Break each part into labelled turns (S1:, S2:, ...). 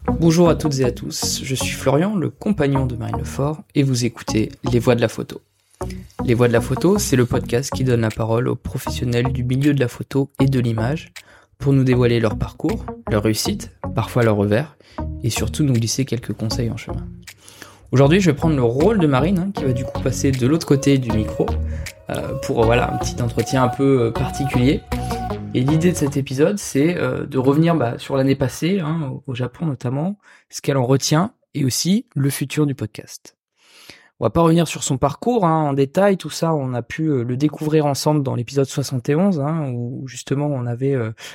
S1: Bonjour à toutes et à tous, je suis Florian, le compagnon de Marine Lefort, et vous écoutez Les Voix de la Photo. Les Voix de la Photo, c'est le podcast qui donne la parole aux professionnels du milieu de la photo et de l'image pour nous dévoiler leur parcours, leur réussite, parfois leur revers, et surtout nous glisser quelques conseils en chemin. Aujourd'hui, je vais prendre le rôle de Marine, qui va du coup passer de l'autre côté du micro, pour un petit entretien un peu particulier. Et l'idée de cet épisode, c'est de revenir sur l'année passée, au Japon notamment, ce qu'elle en retient, et aussi le futur du podcast. On va pas revenir sur son parcours en détail, tout ça, on a pu le découvrir ensemble dans l'épisode 71, où justement on avait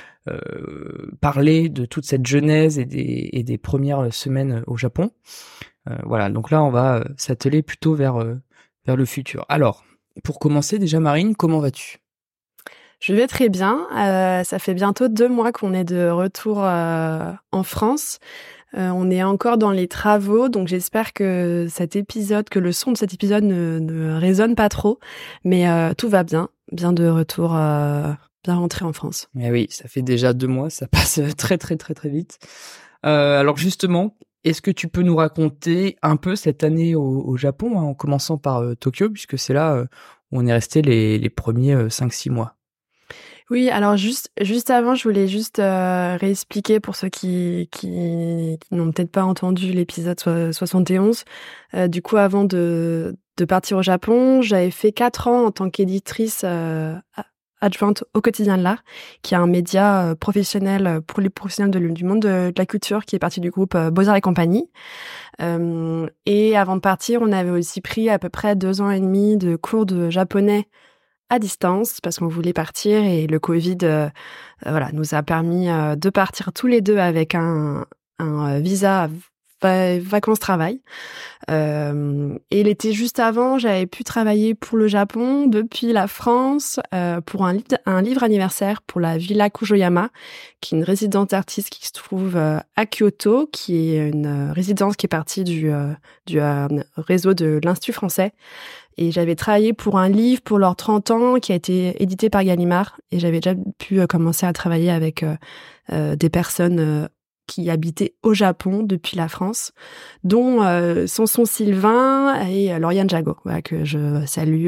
S1: parlé de toute cette genèse et des premières semaines au Japon. Donc là, on va s'atteler plutôt vers le futur. Alors, pour commencer, déjà Marine, comment vas-tu ?
S2: Je vais très bien. Ça fait bientôt 2 mois qu'on est de retour en France. On est encore dans les travaux, donc j'espère que le son de cet épisode ne résonne pas trop. Mais tout va bien. Bien de retour, bien rentré en France.
S1: Eh oui, ça fait déjà 2 mois, ça passe très très très très vite. Alors justement, est-ce que tu peux nous raconter un peu cette année au Japon, en commençant par Tokyo, puisque c'est là où on est resté les premiers 5-6 mois.
S2: Oui, alors juste avant, je voulais juste réexpliquer pour ceux qui n'ont peut-être pas entendu l'épisode 71. Du coup, avant de partir au Japon, j'avais fait 4 ans en tant qu'éditrice adjointe au Quotidien de l'Art, qui est un média professionnel pour les professionnels du monde de la culture, qui est parti du groupe Beaux-Arts et compagnie. Et avant de partir, on avait aussi pris à peu près 2 ans et demi de cours de japonais à distance parce qu'on voulait partir, et le Covid nous a permis de partir tous les deux avec un visa vacances-travail. Et l'été juste avant, j'avais pu travailler pour le Japon depuis la France pour un livre anniversaire pour la Villa Kujoyama, qui est une résidence d'artistes qui se trouve à Kyoto, qui est une résidence qui est partie du réseau de l'Institut français. Et j'avais travaillé pour un livre pour leurs 30 ans qui a été édité par Gallimard. Et j'avais déjà pu commencer à travailler avec des personnes qui habitaient au Japon depuis la France, dont Sanson Sylvain et Lauriane Jago, que je salue.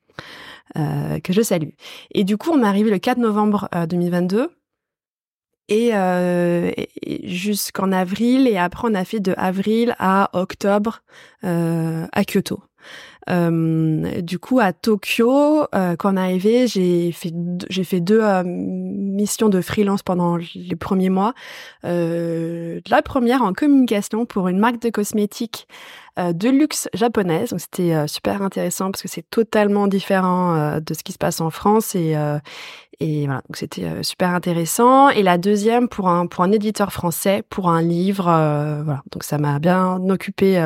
S2: Et du coup, on est arrivé le 4 novembre 2022. Et jusqu'en avril. Et après, on a fait de avril à octobre à Kyoto. Du coup, à Tokyo, quand on est arrivé, j'ai fait 2 missions de freelance pendant les premiers mois. La première en communication pour une marque de cosmétiques de luxe japonaise. Donc c'était super intéressant parce que c'est totalement différent de ce qui se passe en France, et voilà, donc c'était super intéressant. Et la deuxième pour un éditeur français, pour un livre, voilà. Donc ça m'a bien occupé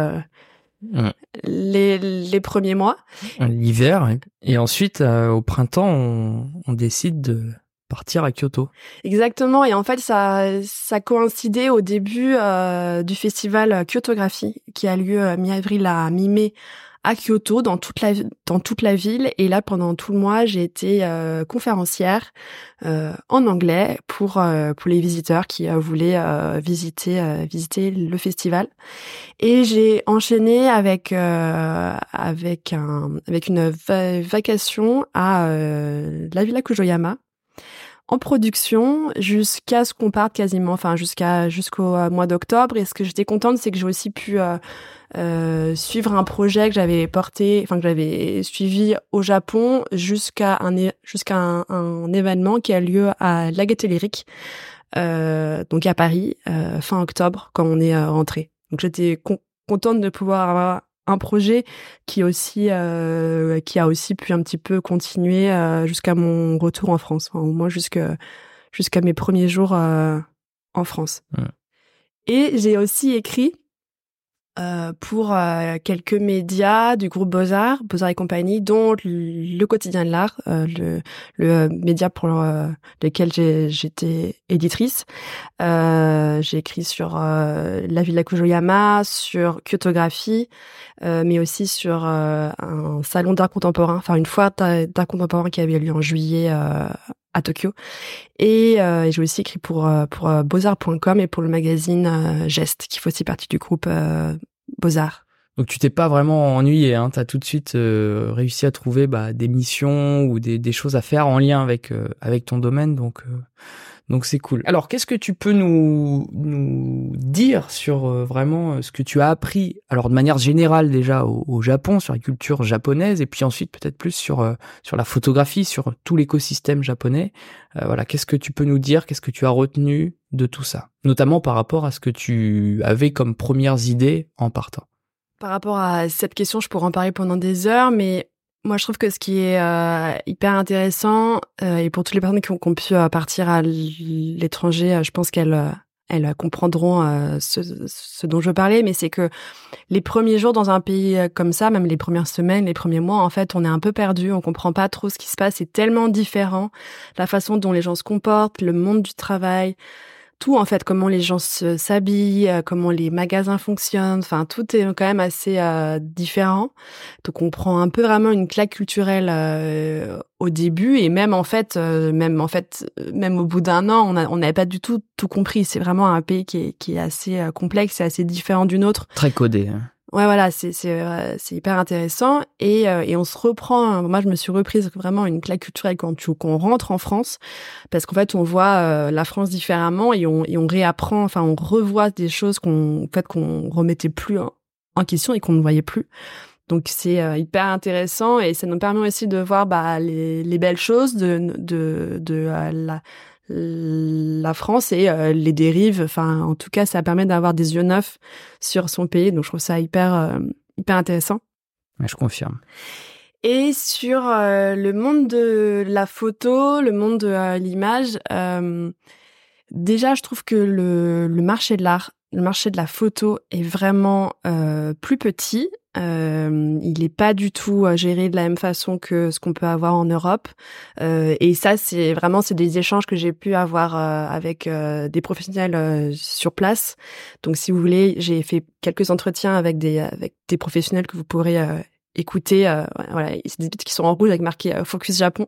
S2: les premiers mois.
S1: L'hiver, et ensuite au printemps, on décide de partir à Kyoto.
S2: Exactement, et en fait ça coïncidait au début du festival Kyotographie qui a lieu mi-avril à mi-mai à Kyoto, dans toute la ville. Et là, pendant tout le mois, j'ai été conférencière en anglais pour les visiteurs qui voulaient visiter le festival. Et j'ai enchaîné avec une vacation à la Villa Kujoyama en production jusqu'à ce qu'on parte quasiment, jusqu'au mois d'octobre. Et ce que j'étais contente, c'est que j'ai aussi pu suivre un projet que j'avais suivi au Japon jusqu'à un événement qui a lieu à la Gaîté Lyrique, donc à Paris, fin octobre, quand on est rentré. Donc j'étais contente de pouvoir avoir un projet qui a aussi pu un petit peu continuer jusqu'à mon retour en France, au moins jusqu'à mes premiers jours en France. Et j'ai aussi écrit pour quelques médias du groupe Beaux-Arts et compagnie, dont le Quotidien de l'Art, le média pour lequel j'étais éditrice. J'ai écrit sur la Villa Kujoyama, sur Kyotographie, mais aussi sur un salon d'art contemporain, une foire d'art contemporain qui avait lieu en juillet à à Tokyo. Et j'ai aussi écrit pour Beaux-Arts.com et pour le magazine Geste, qui fait aussi partie du groupe Beaux-Arts.
S1: Donc tu t'es pas vraiment ennuyé, hein. T'as tout de suite réussi à trouver des missions ou des choses à faire en lien avec ton domaine, donc c'est cool. Alors qu'est-ce que tu peux nous dire sur vraiment ce que tu as appris, alors de manière générale déjà au Japon, sur la culture japonaise, et puis ensuite peut-être plus sur la photographie, sur tout l'écosystème japonais. Voilà, qu'est-ce que tu peux nous dire, qu'est-ce que tu as retenu de tout ça, notamment par rapport à ce que tu avais comme premières idées en partant?
S2: Par rapport à cette question, je pourrais en parler pendant des heures, mais moi, je trouve que ce qui est hyper intéressant, et pour toutes les personnes qui ont pu partir à l'étranger, je pense qu'elles comprendront ce dont je parlais, mais c'est que les premiers jours dans un pays comme ça, même les premières semaines, les premiers mois, en fait, on est un peu perdu, on comprend pas trop ce qui se passe, c'est tellement différent, la façon dont les gens se comportent, le monde du travail, tout en fait, comment les gens s'habillent, comment les magasins fonctionnent, enfin tout est quand même assez différent. Donc on prend un peu vraiment une claque culturelle au début et même au bout d'un an, on n'avait pas du tout compris. C'est vraiment un pays qui est assez complexe et assez différent du nôtre.
S1: Très codé, hein.
S2: Ouais, voilà, c'est hyper intéressant et on se reprend. Moi, je me suis reprise vraiment une claque culturelle quand on rentre en France, parce qu'en fait, on voit la France différemment et on réapprend. Enfin, on revoit des choses qu'on remettait plus en question et qu'on ne voyait plus. Donc c'est hyper intéressant et ça nous permet aussi de voir les belles choses de la France et les dérives. Enfin, en tout cas, ça permet d'avoir des yeux neufs sur son pays. Donc, je trouve ça hyper intéressant.
S1: Ouais, je confirme.
S2: Et sur le monde de la photo, le monde de l'image, déjà, je trouve que le marché de l'art, le marché de la photo est vraiment plus petit. Il est pas du tout géré de la même façon que ce qu'on peut avoir en Europe. Et ça, c'est des échanges que j'ai pu avoir avec des professionnels sur place. Donc, si vous voulez, j'ai fait quelques entretiens avec des professionnels que vous pourrez écouter. Voilà, c'est des petits qui sont en rouge avec marqué Focus Japon.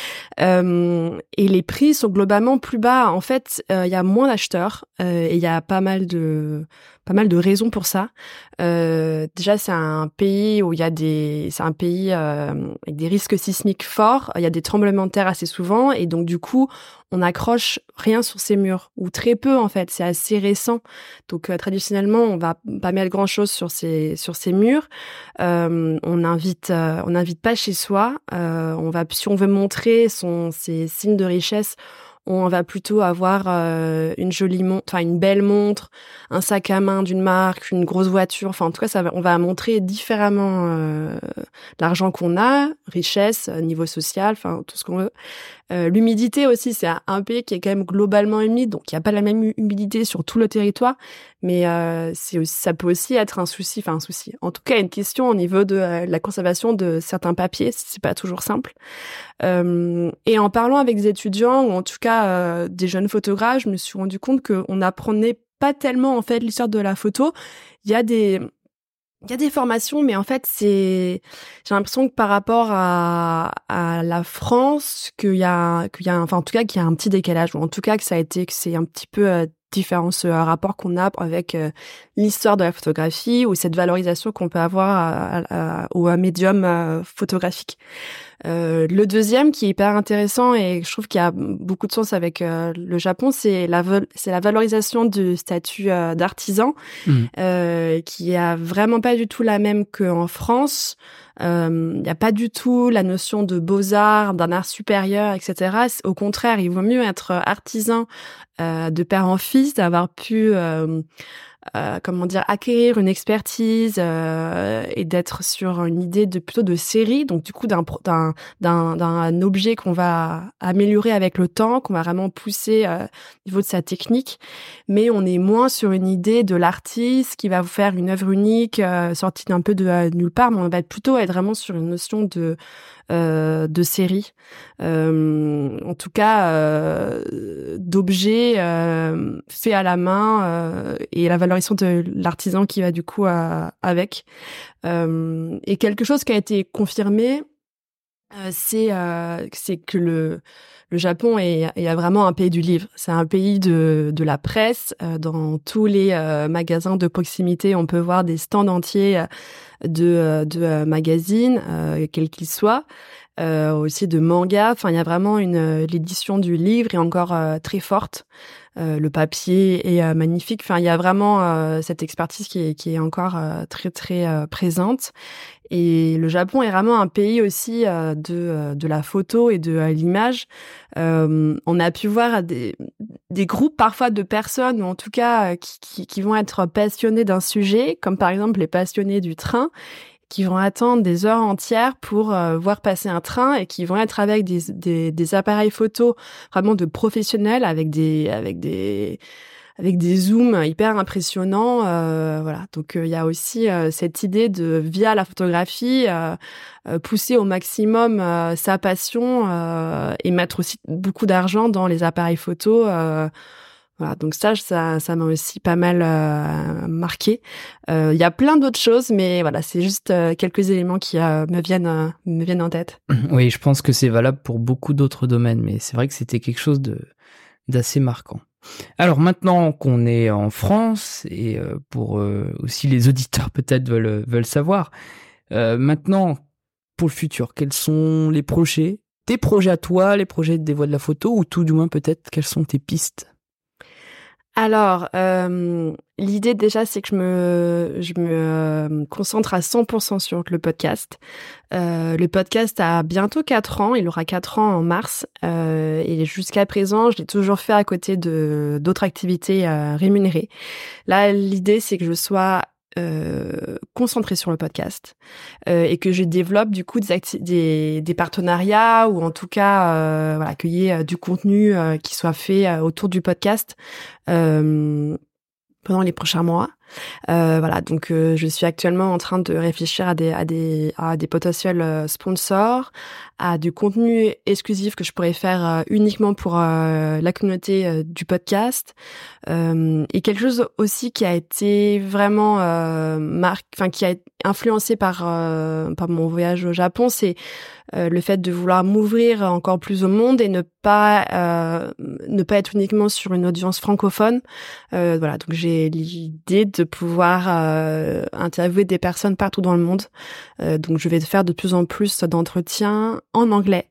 S2: Et les prix sont globalement plus bas. En fait, il y a moins d'acheteurs et il y a pas mal de raisons pour ça. Déjà, c'est un pays où avec des risques sismiques forts. Il y a des tremblements de terre assez souvent et donc du coup, on n'accroche rien sur ces murs ou très peu en fait. C'est assez récent. Donc traditionnellement, on va pas mettre grand chose sur ces murs. On n'invite pas chez soi. Si on veut montrer ses signes de richesse, on va plutôt avoir une belle montre, un sac à main d'une marque, une grosse voiture. Enfin, en tout cas, on va montrer différemment l'argent qu'on a, richesse, niveau social, enfin tout ce qu'on veut. L'humidité aussi, c'est un pays qui est quand même globalement humide, donc il n'y a pas la même humidité sur tout le territoire, mais ça peut aussi être un souci, en tout cas une question au niveau de la conservation de certains papiers, c'est pas toujours simple. Et en parlant avec des étudiants, ou en tout cas des jeunes photographes, je me suis rendu compte qu'on n'apprenait pas tellement en fait l'histoire de la photo. Il y a des formations, mais en fait, j'ai l'impression que par rapport à la France, qu'il y a un petit décalage, ou en tout cas que c'est un petit peu différent ce rapport qu'on a avec l'histoire de la photographie ou cette valorisation qu'on peut avoir au médium photographique. Le deuxième qui est hyper intéressant et je trouve qu'il y a beaucoup de sens avec le Japon, c'est la valorisation du statut d'artisan, qui a vraiment pas du tout la même qu'en France. Il y a pas du tout la notion de beaux-arts, d'un art supérieur, etc. Au contraire, il vaut mieux être artisan de père en fils, d'avoir pu acquérir une expertise et d'être sur une idée plutôt de série, donc du coup d'un objet qu'on va améliorer avec le temps, qu'on va vraiment pousser au niveau de sa technique, mais on est moins sur une idée de l'artiste qui va vous faire une œuvre unique sortie d'un peu de nulle part, mais on va plutôt être vraiment sur une notion de série, en tout cas d'objets faits à la main et la valorisation de l'artisan qui va du coup avec. Et quelque chose qui a été confirmé C'est que le Japon est vraiment un pays du livre. C'est un pays de la presse. Dans tous les magasins de proximité, on peut voir des stands entiers de magazines, quels qu'ils soient. Aussi de mangas. Enfin, il y a vraiment l'édition du livre est encore très forte. Le papier est magnifique. Enfin, il y a vraiment cette expertise qui est encore très très présente. Et le Japon est vraiment un pays aussi de la photo et de l'image. On a pu voir des groupes parfois de personnes, ou en tout cas qui vont être passionnés d'un sujet, comme par exemple les passionnés du train, qui vont attendre des heures entières pour voir passer un train et qui vont être avec des appareils photo vraiment de professionnels avec des zooms hyper impressionnants. Voilà. Donc il y a aussi cette idée de, via la photographie, pousser au maximum sa passion et mettre aussi beaucoup d'argent dans les appareils photo. Voilà, donc ça m'a aussi pas mal marqué. Il y a plein d'autres choses, mais voilà, c'est juste quelques éléments qui me viennent en tête.
S1: Oui, je pense que c'est valable pour beaucoup d'autres domaines, mais c'est vrai que c'était quelque chose d'assez marquant. Alors maintenant qu'on est en France, et pour aussi les auditeurs peut-être veulent savoir, maintenant, pour le futur, quels sont les projets, tes projets à toi, les projets des Voix de la Photo, ou tout du moins peut-être quelles sont tes pistes?
S2: Alors, l'idée déjà, c'est que je me concentre à 100% sur le podcast. Le podcast a bientôt 4 ans, il aura 4 ans en mars. Et jusqu'à présent, je l'ai toujours fait à côté d'autres activités rémunérées. Là, l'idée, c'est que je sois concentrée sur le podcast et que je développe du coup des partenariats, ou en tout cas voilà, qu'il y ait du contenu qui soit fait autour du podcast pendant les prochains mois. Voilà, donc je suis actuellement en train de réfléchir à des potentiels sponsors, à du contenu exclusif que je pourrais faire uniquement pour la communauté du podcast, et quelque chose aussi qui a été vraiment qui a influencé par mon voyage au Japon, c'est le fait de vouloir m'ouvrir encore plus au monde et ne pas être uniquement sur une audience francophone. Voilà, donc j'ai l'idée de pouvoir interviewer des personnes partout dans le monde. Donc je vais faire de plus en plus d'entretiens en anglais.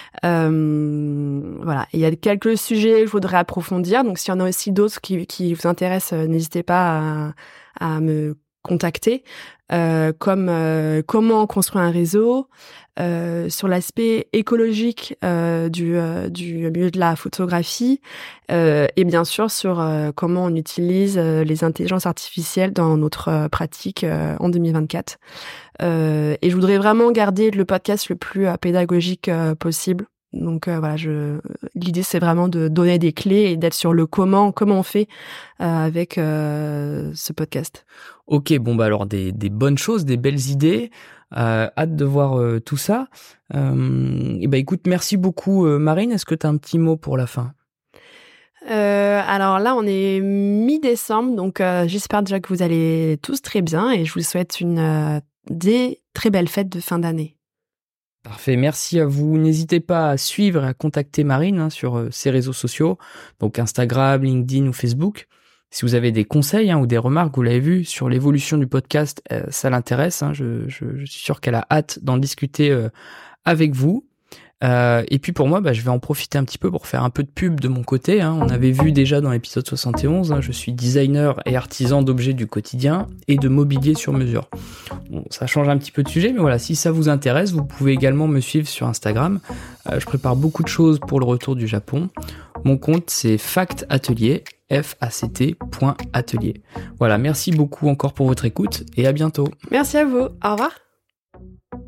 S2: Voilà, il y a quelques sujets que je voudrais approfondir. Donc s'il y en a aussi d'autres qui vous intéressent, n'hésitez pas à me contacter. Comme comment construire un réseau, sur l'aspect écologique du milieu de la photographie, et bien sûr sur comment on utilise les intelligences artificielles dans notre pratique en 2024. Et je voudrais vraiment garder le podcast le plus pédagogique possible. Donc voilà, l'idée c'est vraiment de donner des clés et d'être sur le comment on fait avec ce podcast.
S1: Ok, bon bah alors des bonnes choses, des belles idées. Hâte de voir tout ça. Et bah écoute, merci beaucoup Marine. Est-ce que tu as un petit mot pour la fin?
S2: Alors là, on est mi-décembre, donc j'espère déjà que vous allez tous très bien et je vous souhaite des très belles fêtes de fin d'année.
S1: Parfait, merci à vous. N'hésitez pas à suivre et à contacter Marine sur ses réseaux sociaux, donc Instagram, LinkedIn ou Facebook. Si vous avez des conseils ou des remarques, vous l'avez vu, sur l'évolution du podcast, ça l'intéresse. Je suis sûr qu'elle a hâte d'en discuter avec vous. Et puis pour moi, je vais en profiter un petit peu pour faire un peu de pub de mon côté. On avait vu déjà dans l'épisode 71, je suis designer et artisan d'objets du quotidien et de mobilier sur mesure. Bon, ça change un petit peu de sujet, mais voilà, si ça vous intéresse, vous pouvez également me suivre sur Instagram. Je prépare beaucoup de choses pour le retour du Japon. Mon compte, c'est factatelier, fact.atelier. Voilà, merci beaucoup encore pour votre écoute et à bientôt.
S2: Merci à vous, au revoir.